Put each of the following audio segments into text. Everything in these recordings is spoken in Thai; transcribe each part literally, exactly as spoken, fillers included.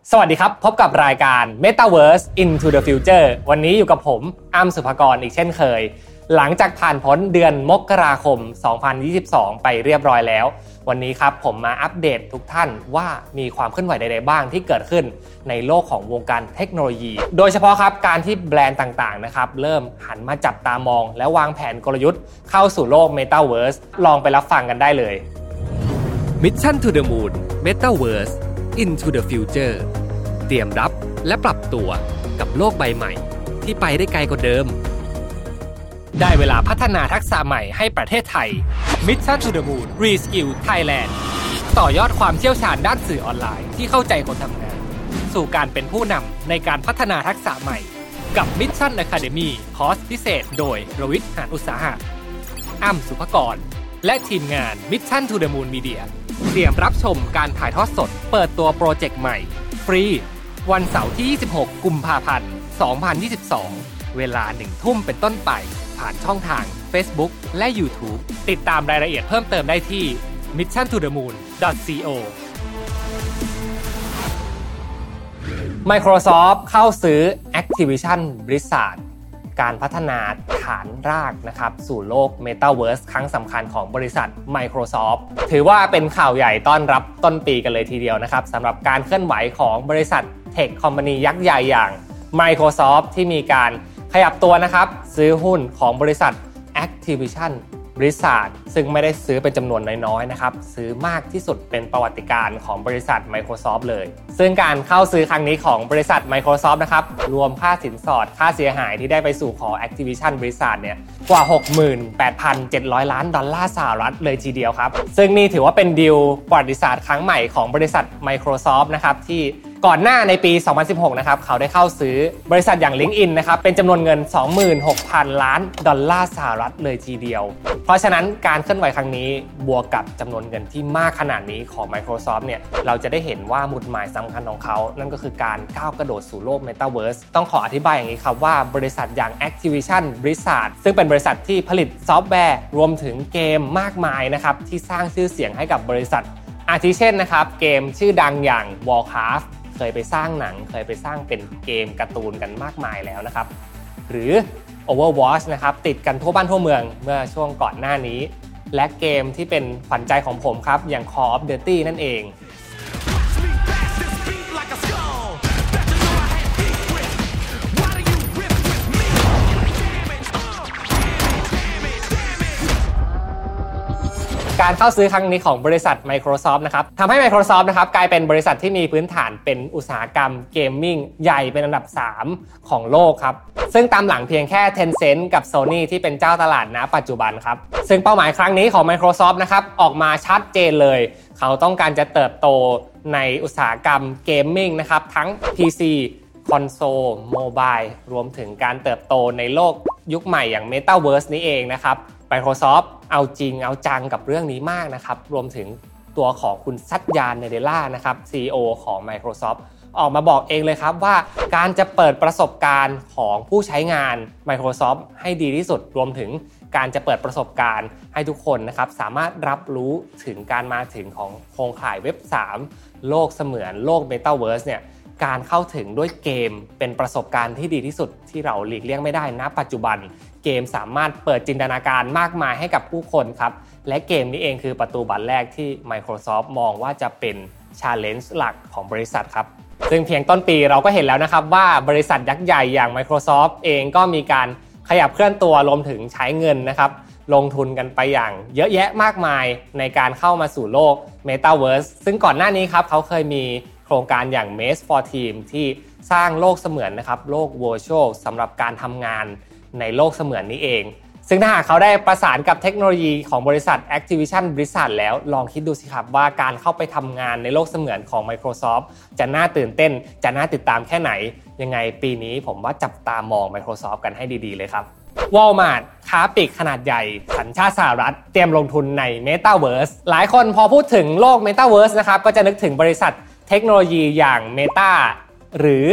สวัสดีครับพบกับรายการ Metaverse Into the Future วันนี้อยู่กับผมอ้ำสุภกรอีกเช่นเคยหลังจากผ่านพ้นเดือนมกราคมสองพันยี่สิบสองไปเรียบร้อยแล้ววันนี้ครับผมมาอัปเดตทุกท่านว่ามีความเคลื่อนไหวใดๆบ้างที่เกิดขึ้นในโลกของวงการเทคโนโลยีโดยเฉพาะครับการที่แบรนด์ต่างๆนะครับเริ่มหันมาจับตามองและวางแผนกลยุทธ์เข้าสู่โลก Metaverse ลองไปรับฟังกันได้เลย Mission to the Moon Metaverse Into the Future เตรียมรับและปรับตัวกับโลกใบใหม่ที่ไปได้ไกลกว่าเดิมได้เวลาพัฒนาทักษะใหม่ให้ประเทศไทย Mission to the Moon Reskill Thailand ต่อยอดความเชี่ยวชาญด้านสื่อออนไลน์ที่เข้าใจคนทำงานสู่การเป็นผู้นำในการพัฒนาทักษะใหม่กับ Mission Academy คอร์สพิเศษโดยรวิทย์หานอุตสาหะอ้ำสุภกรและทีมงาน Mission to the Moon Media เตรียมรับชมการถ่ายทอดสดเปิดตัวโปรเจกต์ใหม่ฟรีวันเสาร์ที่ยี่สิบหกกุมภาพันธ์สองพันยี่สิบสองเวลาหนึ่งทุ่มเป็นต้นไปผ่านช่องทาง Facebook และ YouTube ติดตามรายละเอียดเพิ่มเติมได้ที่ มิชชั่นทูเดอะมูน ดอท ซี โอ Microsoft เข้าซื้อ Activision Blizzard การพัฒนาฐานรากนะครับสู่โลก Metaverse ครั้งสำคัญของบริษัท Microsoft ถือว่าเป็นข่าวใหญ่ต้อนรับต้นปีกันเลยทีเดียวนะครับสำหรับการเคลื่อนไหวของบริษัทเทคคอมพานียักษ์ใหญ่อย่าง Microsoft ที่มีการขยับตัวนะครับซื้อหุ้นของบริษัท Activision Blizzard ซึ่งไม่ได้ซื้อเป็นจำนวนน้อยๆนะครับซื้อมากที่สุดเป็นประวัติการของบริษัท Microsoft เลยซึ่งการเข้าซื้อครั้งนี้ของบริษัท Microsoft นะครับรวมค่าสินสอดค่าเสียหายที่ได้ไปสู่ของ Activision Blizzard เนี่ยกว่า หกหมื่นแปดพันเจ็ดร้อย ล้านดอลลาร์สหรัฐเลยทีเดียวครับซึ่งนี่ถือว่าเป็นดีลประวัติศาสตร์ครั้งใหม่ของบริษัท Microsoft นะครับที่ก่อนหน้าในปีสองพันสิบหกนะครับเขาได้เข้าซื้อบริษัทอย่าง LinkedIn นะครับเป็นจำนวนเงิน สองหมื่นหกพัน ล้านดอลลาร์สหรัฐเลยทีเดียวเพราะฉะนั้นการเคลื่อนไหวครั้งนี้บวกกับจำนวนเงินที่มากขนาดนี้ของ Microsoft เนี่ยเราจะได้เห็นว่าหมุดหมายสำคัญของเขานั่นก็คือการก้าวกระโดดสู่โลก Metaverse ต้องขออธิบายอย่างนี้ครับว่าบริษัทอย่าง Activision Blizzard ซึ่งเป็นบริษัทที่ผลิตซอฟต์แวร์รวมถึงเกมมากมายนะครับที่สร้างชื่อเสียงให้กับบริษัทอาทิเช่นนะครับเกมชื่อดังอย่าง Warcraftเคยไปสร้างหนังเคยไปสร้างเป็นเกมการ์ตูนกันมากมายแล้วนะครับหรือ Overwatch นะครับติดกันทั่วบ้านทั่วเมืองเมื่อช่วงก่อนหน้านี้และเกมที่เป็นขวัญใจของผมครับอย่าง Call of Duty นั่นเองการเข้าซื้อครั้งนี้ของบริษัท Microsoft นะครับทำให้ Microsoft นะครับกลายเป็นบริษัทที่มีพื้นฐานเป็นอุตสาหกรรมเกมมิ่งใหญ่เป็นอันดับสามของโลกครับซึ่งตามหลังเพียงแค่ Tencent กับ Sony ที่เป็นเจ้าตลาดณปัจจุบันครับซึ่งเป้าหมายครั้งนี้ของ Microsoft นะครับออกมาชัดเจนเลยเขาต้องการจะเติบโตในอุตสาหกรรมเกมมิ่งนะครับทั้ง พี ซี คอนโซล โมบายรวมถึงการเติบโตในโลกยุคใหม่อย่าง Metaverse นี้เองนะครับMicrosoft เอาจริงเอาจังกับเรื่องนี้มากนะครับรวมถึงตัวของคุณซัตยา เนเดลล่านะครับ ซี อี โอ ของ Microsoft ออกมาบอกเองเลยครับว่าการจะเปิดประสบการณ์ของผู้ใช้งาน Microsoft ให้ดีที่สุดรวมถึงการจะเปิดประสบการณ์ให้ทุกคนนะครับสามารถรับรู้ถึงการมาถึงของโครงข่ายเว็บสามโลกเสมือนโลก Metaverse เนี่ยการเข้าถึงด้วยเกมเป็นประสบการณ์ที่ดีที่สุดที่เราหลีกเลี่ยงไม่ได้ณปัจจุบันเกมสามารถเปิดจินตนาการมากมายให้กับผู้คนครับและเกมนี้เองคือประตูบานแรกที่ Microsoft มองว่าจะเป็น challenge หลักของบริษัทครับซึ่งเพียงต้นปีเราก็เห็นแล้วนะครับว่าบริษัทยักษ์ใหญ่อย่าง Microsoft เองก็มีการขยับเคลื่อนตัวรวมถึงใช้เงินนะครับลงทุนกันไปอย่างเยอะแยะมากมายในการเข้ามาสู่โลก Metaverse ซึ่งก่อนหน้านี้ครับเขาเคยมีโครงการอย่าง Maze for Team ที่สร้างโลกเสมือนนะครับโลก Virtual สำหรับการทำงานในโลกเสมือนนี้เองซึ่งถ้าหากเขาได้ประสานกับเทคโนโลยีของบริษัท Activision Blizzard แล้วลองคิดดูสิครับว่าการเข้าไปทำงานในโลกเสมือนของ Microsoft จะน่าตื่นเต้นจะน่าติดตามแค่ไหนยังไงปีนี้ผมว่าจับตามอง Microsoft กันให้ดีๆเลยครับ Walmart ค้าปลีกขนาดใหญ่สัญชาติสหรัฐเตรียมลงทุนใน Metaverse หลายคนพอพูดถึงโลก Metaverse นะครับก็จะนึกถึงบริษัทเทคโนโลยีอย่าง Meta หรือ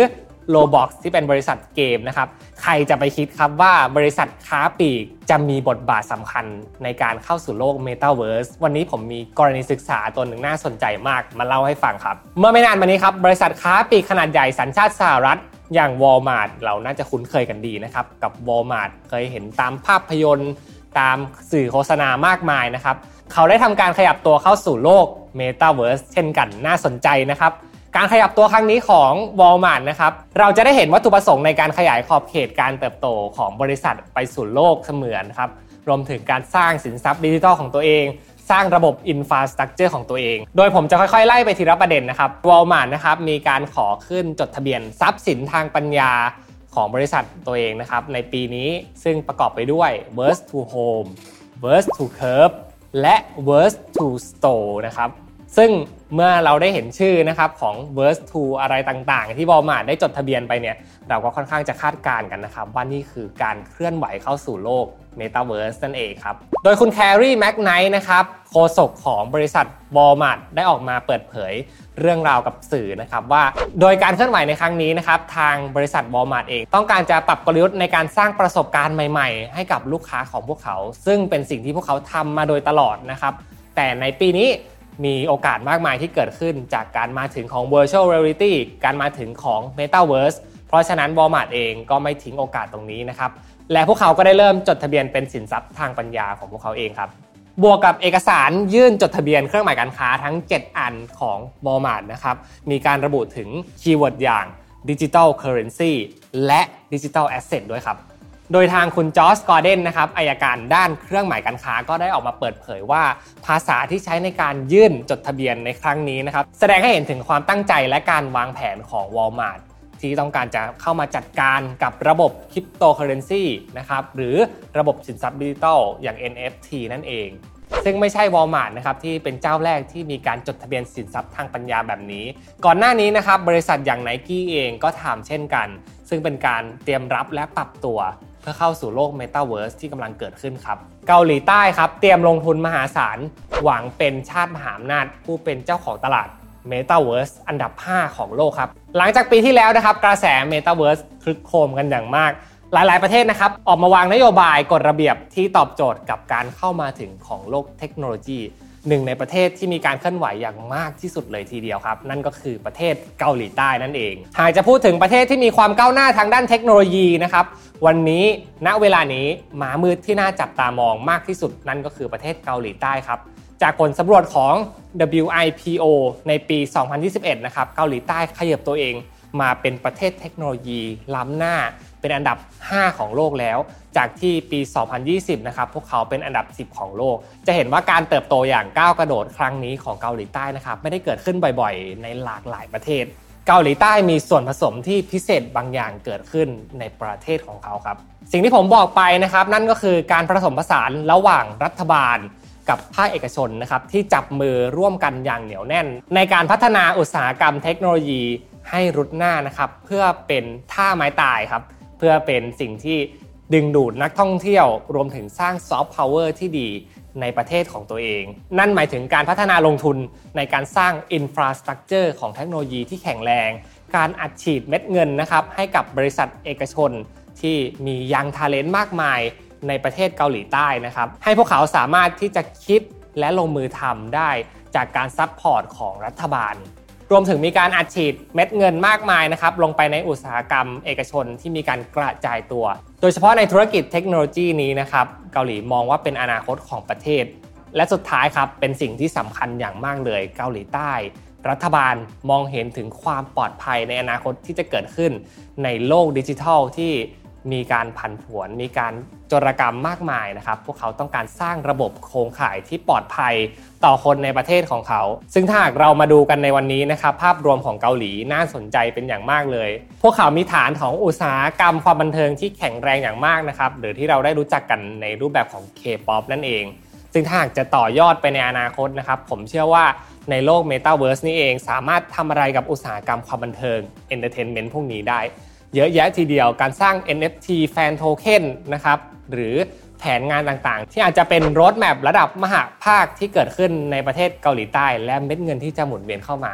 Roblox ที่เป็นบริษัทเกมนะครับใครจะไปคิดครับว่าบริษัทค้าปลีกจะมีบทบาทสำคัญในการเข้าสู่โลก Metaverse วันนี้ผมมีกรณีศึกษาตัวหนึ่งน่าสนใจมากมาเล่าให้ฟังครับเมื่อไม่นานมานี้ครับบริษัทค้าปลีกขนาดใหญ่สัญชาติสหรัฐอย่าง Walmart เราน่าจะคุ้นเคยกันดีนะครับกับ Walmart เคยเห็นตามภาพยนตร์ตามสื่อโฆษณามากมายนะครับเขาได้ทำการขยับตัวเข้าสู่โลก Metaverse เช่นกันน่าสนใจนะครับการขยับตัวครั้งนี้ของ Walmart นะครับเราจะได้เห็นวัตถุประสงค์ในการขยายขอบเขตการเติบโตของบริษัทไปสู่โลกเสมือนครับรวมถึงการสร้างสินทรัพย์ดิจิทัลของตัวเองสร้างระบบ Infrastructure ของตัวเองโดยผมจะค่อยๆไล่ไปทีละประเด็นนะครับ Walmart นะครับมีการขอขึ้นจดทะเบียนทรัพย์สินทางปัญญาของบริษัทตัวเองนะครับในปีนี้ซึ่งประกอบไปด้วย Verse to Home Verse to Curb และ Verse to Store นะครับซึ่งเมื่อเราได้เห็นชื่อนะครับของ Verse ทู อะไรต่างๆที่ Walmart ได้จดทะเบียนไปเนี่ยเราก็ค่อนข้างจะคาดการณ์กันนะครับว่านี่คือการเคลื่อนไหวเข้าสู่โลก Metaverse นั่นเองครับโดยคุณแครีแม็กไนท์นะครับโฆษกของบริษัท Walmart ได้ออกมาเปิดเผยเรื่องราวกับสื่อนะครับว่าโดยการเคลื่อนไหวในครั้งนี้นะครับทางบริษัท Walmart เองต้องการจะปรับกลยุทธ์ในการสร้างประสบการณ์ใหม่ๆให้กับลูกค้าของพวกเขาซึ่งเป็นสิ่งที่พวกเขาทำมาโดยตลอดนะครับแต่ในปีนี้มีโอกาสมากมายที่เกิดขึ้นจากการมาถึงของ Virtual Reality การมาถึงของ Metaverse เพราะฉะนั้น Walmart เองก็ไม่ทิ้งโอกาสตรงนี้นะครับและพวกเขาก็ได้เริ่มจดทะเบียนเป็นสินทรัพย์ทางปัญญาของพวกเขาเองครับบวกกับเอกสารยื่นจดทะเบียนเครื่องหมายการค้าทั้งเจ็ดอันของ Walmart นะครับมีการระบุถึงคีย์เวิร์ดอย่าง Digital Currency และ Digital Asset ด้วยครับโดยทางคุณจอร์จกอร์เดนนะครับอัยการด้านเครื่องหมายการค้าก็ได้ออกมาเปิดเผยว่าภาษาที่ใช้ในการยื่นจดทะเบียนในครั้งนี้นะครับแสดงให้เห็นถึงความตั้งใจและการวางแผนของ Walmart ที่ต้องการจะเข้ามาจัดการกับระบบคริปโตเคอเรนซีนะครับหรือระบบสินทรัพย์ดิจิทัลอย่าง เอ็น เอฟ ที นั่นเองซึ่งไม่ใช่ Walmart นะครับที่เป็นเจ้าแรกที่มีการจดทะเบียนสินทรัพย์ทางปัญญาแบบนี้ก่อนหน้านี้นะครับบริษัทอย่าง Nike เองก็ทำเช่นกันซึ่งเป็นการเตรียมรับและปรับตัวเพื่อเข้าสู่โลก Metaverse ที่กำลังเกิดขึ้นครับเกาหลีใต้ครับเตรียมลงทุนมหาศาลหวังเป็นชาติมหาอำนาจผู้เป็นเจ้าของตลาด Metaverse อันดับห้าของโลกครับหลังจากปีที่แล้วนะครับกระแส Metaverse คลึกโครมกันอย่างมากหลายๆประเทศนะครับออกมาวางนโยบายกฎระเบียบที่ตอบโจทย์กับการเข้ามาถึงของโลกเทคโนโลยีหนึ่งในประเทศที่มีการเคลื่อนไหวอย่างมากที่สุดเลยทีเดียวครับนั่นก็คือประเทศเกาหลีใต้นั่นเองหากจะพูดถึงประเทศที่มีความก้าวหน้าทางด้านเทคโนโลยีนะครับวันนี้ณเวลานี้หมามืดที่น่าจับตามองมากที่สุดนั่นก็คือประเทศเกาหลีใต้ครับจากผลสำรวจของ ดับเบิลยู ไอ พี โอ ในปีสองพันยี่สิบเอ็ดนะครับเกาหลีใต้ขยับตัวเองมาเป็นประเทศเทคโนโลยีล้ำหน้าเป็นอันดับห้าของโลกแล้วจากที่ปีสองพันยี่สิบนะครับพวกเขาเป็นอันดับสิบของโลกจะเห็นว่าการเติบโตอย่างก้าวกระโดดครั้งนี้ของเกาหลีใต้นะครับไม่ได้เกิดขึ้นบ่อยๆในหลากหลายประเทศเกาหลีใต้มีส่วนผสมที่พิเศษบางอย่างเกิดขึ้นในประเทศของเขาครับสิ่งที่ผมบอกไปนะครับนั่นก็คือการผสมผสานระหว่างรัฐบาลกับภาคเอกชนนะครับที่จับมือร่วมกันอย่างเหนียวแน่นในการพัฒนาอุตสาหกรรมเทคโนโลยีให้รุดหน้านะครับเพื่อเป็นท่าไม้ตายครับเพื่อเป็นสิ่งที่ดึงดูดนักท่องเที่ยวรวมถึงสร้างซอฟต์พาวเวอร์ที่ดีในประเทศของตัวเองนั่นหมายถึงการพัฒนาลงทุนในการสร้างอินฟราสตรัคเจอร์ของเทคโนโลยีที่แข็งแรงการอัดฉีดเม็ดเงินนะครับให้กับบริษัทเอกชนที่มียังทาเลนต์มากมายในประเทศเกาหลีใต้นะครับให้พวกเขาสามารถที่จะคิดและลงมือทำได้จากการซัพพอร์ตของรัฐบาลรวมถึงมีการอัดฉีดเม็ดเงินมากมายนะครับลงไปในอุตสาหกรรมเอกชนที่มีการกระจายตัวโดยเฉพาะในธุรกิจเทคโนโลยีนี้นะครับเกาหลีมองว่าเป็นอนาคตของประเทศและสุดท้ายครับเป็นสิ่งที่สำคัญอย่างมากเลยเกาหลีใต้รัฐบาลมองเห็นถึงความปลอดภัยในอนาคตที่จะเกิดขึ้นในโลกดิจิทัลที่มีการผันผวนมีการโจรกรรมมากมายนะครับพวกเขาต้องการสร้างระบบโครงข่ายที่ปลอดภัยต่อคนในประเทศของเขาซึ่งถ้าหากเรามาดูกันในวันนี้นะครับภาพรวมของเกาหลีน่าสนใจเป็นอย่างมากเลยพวกเขามีฐานของอุตสาหกรรมความบันเทิงที่แข็งแรงอย่างมากนะครับหรือที่เราได้รู้จักกันในรูปแบบของ K-pop นั่นเองซึ่งถ้าหากจะต่อยอดไปในอนาคตนะครับผมเชื่อว่าในโลก Metaverse นี่เองสามารถทำอะไรกับอุตสาหกรรมความบันเทิง Entertainment พวกนี้ได้เยอะแยะทีเดียวการสร้าง เอ็น เอฟ ที Fan Token นะครับหรือแผนงานต่างๆที่อาจจะเป็นโรดแมประดับมหภาคที่เกิดขึ้นในประเทศเกาหลีใต้และเม็ดเงินที่จะหมุนเวียนเข้ามา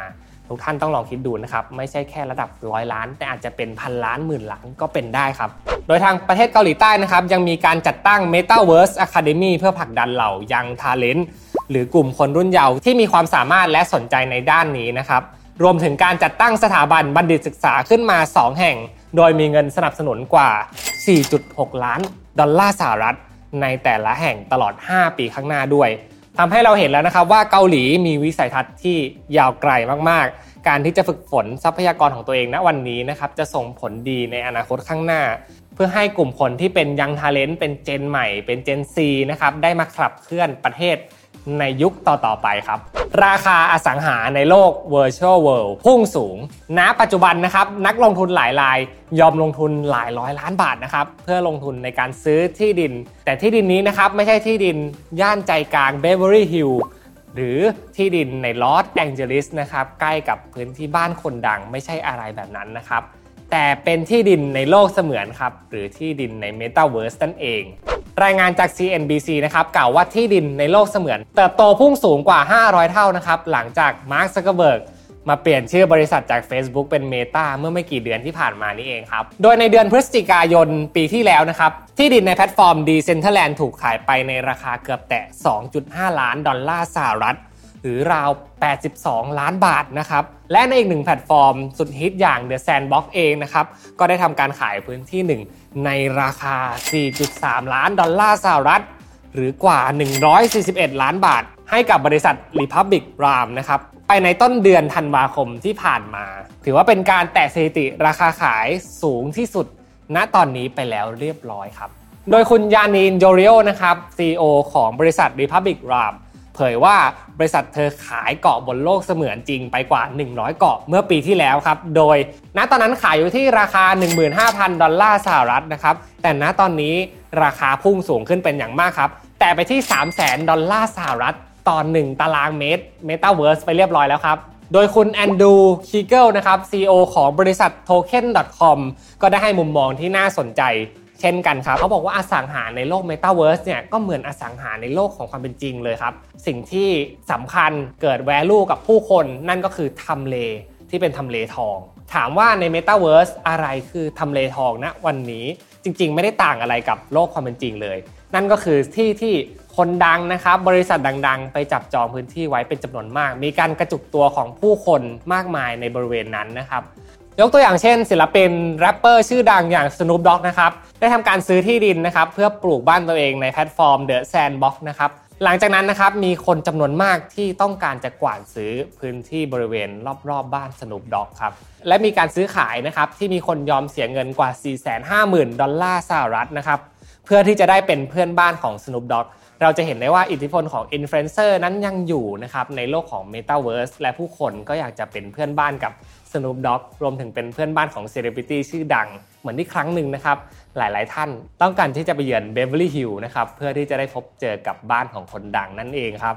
ทุกท่านต้องลองคิดดูนะครับไม่ใช่แค่ระดับร้อยล้านแต่อาจจะเป็นพันล้านหมื่นล้านก็เป็นได้ครับโดยทางประเทศเกาหลีใต้นะครับยังมีการจัดตั้ง Metaverse Academy เพื่อผลักดันเหล่า Young Talent หรือกลุ่มคนรุ่นเยาว์ที่มีความสามารถและสนใจในด้านนี้นะครับรวมถึงการจัดตั้งสถาบันบัณฑิตศึกษาขึ้นมาสองแห่งโดยมีเงินสนับสนุนกว่า สี่จุดหก ล้านดอลลาร์สหรัฐในแต่ละแห่งตลอดห้าปีข้างหน้าด้วยทำให้เราเห็นแล้วนะครับว่าเกาหลีมีวิสัยทัศน์ที่ยาวไกลมากๆการที่จะฝึกฝนทรัพยากรของตัวเองณวันนี้นะครับจะส่งผลดีในอนาคตข้างหน้าเพื่อให้กลุ่มคนที่เป็น Young Talent เป็นเจนใหม่เป็นเจน ซี นะครับได้มาขับเคลื่อนประเทศในยุคต่อๆไปครับราคาอสังหาในโลก Virtual World พุ่งสูงณปัจจุบันนะครับนักลงทุนหลายรายยอมลงทุนหลายร้อยล้านบาทนะครับเพื่อลงทุนในการซื้อที่ดินแต่ที่ดินนี้นะครับไม่ใช่ที่ดินย่านใจกลาง Beverly Hills หรือที่ดินในลอสแองเจลิสนะครับใกล้กับพื้นที่บ้านคนดังไม่ใช่อะไรแบบนั้นนะครับแต่เป็นที่ดินในโลกเสมือนครับหรือที่ดินใน Metaverse นั่นเองรายงานจาก ซี เอ็น บี ซี นะครับกล่าวว่าที่ดินในโลกเสมือนเติบโตพุ่งสูงกว่าห้าร้อยเท่านะครับหลังจากมาร์ค ซักเคอร์เบิร์กมาเปลี่ยนชื่อบริษัทจาก Facebook เป็น Meta เมื่อไม่กี่เดือนที่ผ่านมานี้เองครับโดยในเดือนพฤศจิกายนปีที่แล้วนะครับที่ดินในแพลตฟอร์ม Decentraland ถูกขายไปในราคาเกือบแตะ สองจุดห้า ล้านดอลลาร์สหรัฐหรือราวแปดสิบสองล้านบาทนะครับและในอีกหนึ่งแพลตฟอร์มสุดฮิตอย่าง The Sandbox เองนะครับก็ได้ทำการขายพื้นที่หนึ่งในราคา สี่จุดสาม ล้านดอลลาร์สหรัฐหรือกว่าหนึ่งร้อยสี่สิบเอ็ดล้านบาทให้กับบริษัท Republic Ram นะครับไปในต้นเดือนธันวาคมที่ผ่านมาถือว่าเป็นการแตะสถิติราคาขายสูงที่สุดณตอนนี้ไปแล้วเรียบร้อยครับโดยคุณยานีนโยริโอนะครับ ซี อี โอ ของบริษัท Republic Ramเผยว่าบริษัทเธอขายเกาะบนโลกเสมือนจริงไปกว่าหนึ่งร้อยเกาะเมื่อปีที่แล้วครับโดยณตอนนั้นขายอยู่ที่ราคา หนึ่งหมื่นห้าพัน ดอลลาร์สหรัฐนะครับแต่ณตอนนี้ราคาพุ่งสูงขึ้นเป็นอย่างมากครับแต่ไปที่ สามแสน ดอลลาร์สหรัฐต่อหนึ่งตารางเมตร Metaverse ไปเรียบร้อยแล้วครับโดยคุณแอนดรูว์ คีเกิลนะครับ ซี อี โอ ของบริษัท โทเค็น ดอท คอม ก็ได้ให้มุมมองที่น่าสนใจเช่นกันครับเขาบอกว่าอสังหาในโลก Metaverse เนี่ยก็เหมือนอสังหาในโลกของความเป็นจริงเลยครับสิ่งที่สำคัญเกิด value กับผู้คนนั่นก็คือทำเลที่เป็นทำเลทองถามว่าใน Metaverse อะไรคือทำเลทองณวันนี้จริงๆไม่ได้ต่างอะไรกับโลกความเป็นจริงเลยนั่นก็คือที่ที่คนดังนะครับบริษัทดังๆไปจับจองพื้นที่ไว้เป็นจำนวนมากมีการกระจุกตัวของผู้คนมากมายในบริเวณนั้นนะครับยกตัวอย่างเช่นศิลปินแรปเปอร์ชื่อดังอย่าง Snoop Dogg นะครับได้ทำการซื้อที่ดินนะครับเพื่อปลูกบ้านตัวเองในแพลตฟอร์ม The Sandbox นะครับหลังจากนั้นนะครับมีคนจำนวนมากที่ต้องการจะกว้านซื้อพื้นที่บริเวณรอบๆบ้าน Snoop Dogg ครับและมีการซื้อขายนะครับที่มีคนยอมเสียเงินกว่า สี่แสนห้าหมื่น ดอลลาร์สหรัฐนะครับเพื่อที่จะได้เป็นเพื่อนบ้านของ Snoop Dogg เราจะเห็นได้ว่าอิทธิพลของอินฟลูเอนเซอร์นั้นยังอยู่นะครับในโลกของ Metaverse และผู้คนก็อยากจะเป็นเพื่อนบ้านกับSnoop Dogg รวมถึงเป็นเพื่อนบ้านของเซเลบริตี้ชื่อดังเหมือนที่ครั้งหนึ่งนะครับหลายๆท่านต้องการที่จะไปเยือน Beverly Hills นะครับเพื่อที่จะได้พบเจอกับบ้านของคนดังนั่นเองครับ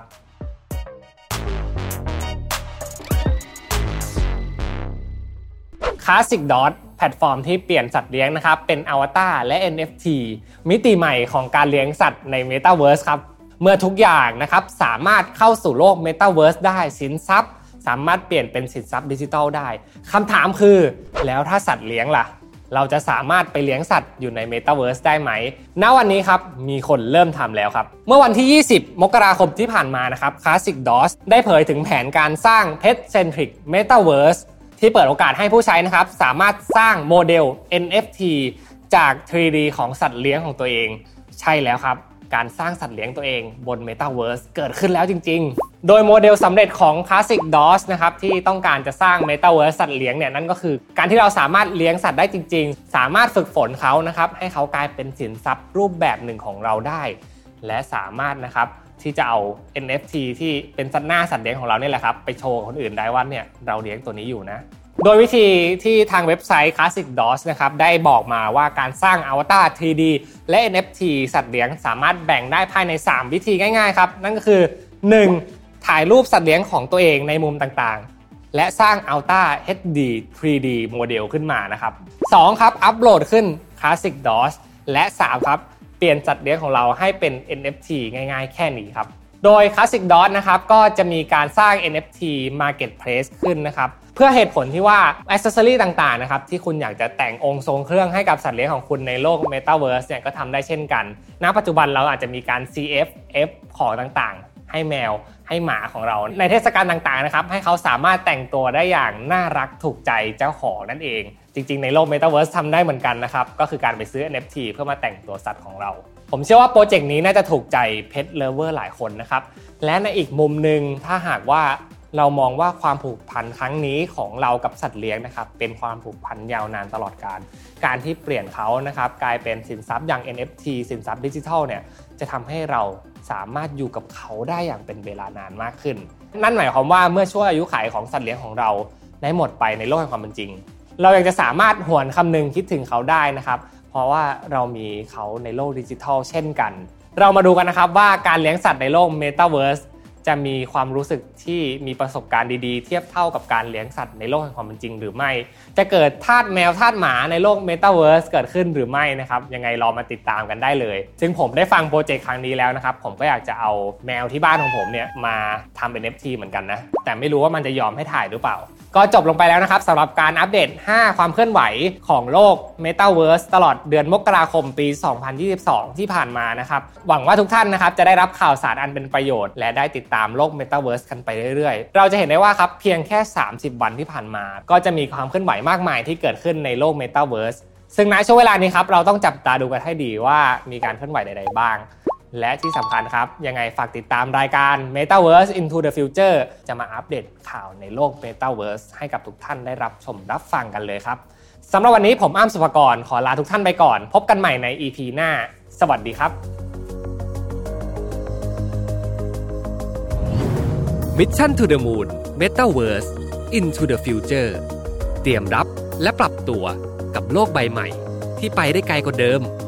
Classic Dot แพลตฟอร์มที่เปลี่ยนสัตว์เลี้ยงนะครับเป็นอวตารและ เอ็น เอฟ ที มิติใหม่ของการเลี้ยงสัตว์ใน Metaverse ครับเมื่อทุกอย่างนะครับสามารถเข้าสู่โลก Metaverse ได้สินทรัพย์สามารถเปลี่ยนเป็นสินทรัพย์ดิจิทัลได้คำถามคือแล้วถ้าสัตว์เลี้ยงล่ะเราจะสามารถไปเลี้ยงสัตว์อยู่ใน Metaverse ได้ไหมณวันนี้ครับมีคนเริ่มทำแล้วครับเมื่อวันที่ยี่สิบมกราคมที่ผ่านมานะครับ Classic Dot ได้เผยถึงแผนการสร้าง Pet Centric Metaverse ที่เปิดโอกาสให้ผู้ใช้นะครับสามารถสร้างโมเดล เอ็น เอฟ ที จาก ทรี ดี ของสัตว์เลี้ยงของตัวเองใช่แล้วครับการสร้างสัตว์เลี้ยงตัวเองบน Metaverse เกิดขึ้นแล้วจริงๆโดยโมเดลสำเร็จของ Classic Dot นะครับที่ต้องการจะสร้าง Metaverse สัตว์เลี้ยงเนี่ยนั่นก็คือการที่เราสามารถเลี้ยงสัตว์ได้จริงๆสามารถฝึกฝนเขานะครับให้เขากลายเป็นสินทรัพย์รูปแบบหนึ่งของเราได้และสามารถนะครับที่จะเอา เอ็น เอฟ ที ที่เป็นสัตว์หน้าสัตว์เลี้ยงของเราเนี่ยแหละครับไปโชว์คนอื่นได้ว่าเนี่ยเราเลี้ยงตัวนี้อยู่นะโดยวิธีที่ทางเว็บไซต์ Classic Dot นะครับได้บอกมาว่าการสร้างอวตาร ทรี ดี และ เอ็น เอฟ ที สัตว์เลี้ยงสามารถแบ่งได้ภายในสามวิธีง่ายๆครับนั่นก็คือหนึ่งถ่ายรูปสัตว์เลี้ยงของตัวเองในมุมต่างๆและสร้าง Ultra เอช ดี ทรี ดี โมเดลขึ้นมานะครับสองครับอัปโหลดขึ้น Classic Dot และสามครับเปลี่ยนสัตว์เลี้ยงของเราให้เป็น เอ็น เอฟ ที ง่ายๆแค่นี้ครับโดย Classic Dot นะครับก็จะมีการสร้าง เอ็น เอฟ ที Marketplace ขึ้นนะครับเพื่อเหตุผลที่ว่าอ็อกเซสซอรี่ต่างๆนะครับที่คุณอยากจะแต่งองค์ทรงเครื่องให้กับสัตว์เลี้ยงของคุณในโลก Metaverse เนี่ยก็ทำได้เช่นกันณปัจจุบันเราอาจจะมีการ ซี เอฟ เอฟ ของต่างๆให้แมวให้หมาของเราในเทศกาลต่างๆนะครับให้เขาสามารถแต่งตัวได้อย่างน่ารักถูกใจเจ้าของนั่นเองจริงๆในโลก Metaverse ทำได้เหมือนกันนะครับก็คือการไปซื้อ เอ็น เอฟ ที เพื่อมาแต่งตัวสัตว์ของเราผมเชื่อว่าโปรเจกต์นี้น่าจะถูกใจ Pet Lover หลายคนนะครับและในอีกมุมนึงถ้าหากว่าเรามองว่าความผูกพันครั้งนี้ของเรากับสัตว์เลี้ยงนะครับเป็นความผูกพันยาวนานตลอดกาลการที่เปลี่ยนเขานะครับกลายเป็นสินทรัพย์อย่าง เอ็น เอฟ ที สินทรัพย์ดิจิทัลเนี่ยจะทำให้เราสามารถอยู่กับเขาได้อย่างเป็นเวลานานมากขึ้นนั่นหมายความว่าเมื่อช่วงอายุขัยของสัตว์เลี้ยงของเราได้หมดไปในโลกแห่งความเป็นจริงเรายังจะสามารถหวนคำนึงคิดถึงเขาได้นะครับเพราะว่าเรามีเขาในโลกดิจิทัลเช่นกันเรามาดูกันนะครับว่าการเลี้ยงสัตว์ในโลก Metaverseจะมีความรู้สึกที่มีประสบการณ์ดีๆเทียบเท่ากับการเลี้ยงสัตว์ในโลกแห่งความเป็นจริงหรือไม่จะเกิดทาสแมวทาสหมาในโลก Metaverse เกิดขึ้นหรือไม่นะครับยังไงรอมาติดตามกันได้เลยซึ่งผมได้ฟังโปรเจกต์ครั้งนี้แล้วนะครับผมก็อยากจะเอาแมวที่บ้านของผมเนี่ยมาทำเป็น เอฟ ที เหมือนกันนะแต่ไม่รู้ว่ามันจะยอมให้ถ่ายหรือเปล่าก็จบลงไปแล้วนะครับสำหรับการอัปเดตห้าความเคลื่อนไหวของโลก Metaverse ตลอดเดือนมกราคมปีสองพันยี่สิบสองที่ผ่านมานะครับหวังว่าทุกท่านนะครับจะได้รับข่าวสารอันเป็นประโยชน์และได้ติดตามโลก Metaverse กันไปเรื่อยๆเราจะเห็นได้ว่าครับเพียงแค่สามสิบวันที่ผ่านมาก็จะมีความเคลื่อนไหวมากมายที่เกิดขึ้นในโลก Metaverse ซึ่งในช่วงเวลานี้ครับเราต้องจับตาดูกันให้ดีว่ามีการเคลื่อนไหวใดๆบ้างและที่สำคัญครับยังไงฝากติดตามรายการ Metaverse Into the Future จะมาอัปเดตข่าวในโลก Metaverse ให้กับทุกท่านได้รับชมรับฟังกันเลยครับสำหรับวันนี้ผมอ้ำสุภกรขอลาทุกท่านไปก่อนพบกันใหม่ใน อี พี หน้าสวัสดีครับ Mission to the Moon Metaverse Into the Future เตรียมรับและปรับตัวกับโลกใบใหม่ที่ไปได้ไกลกว่าเดิม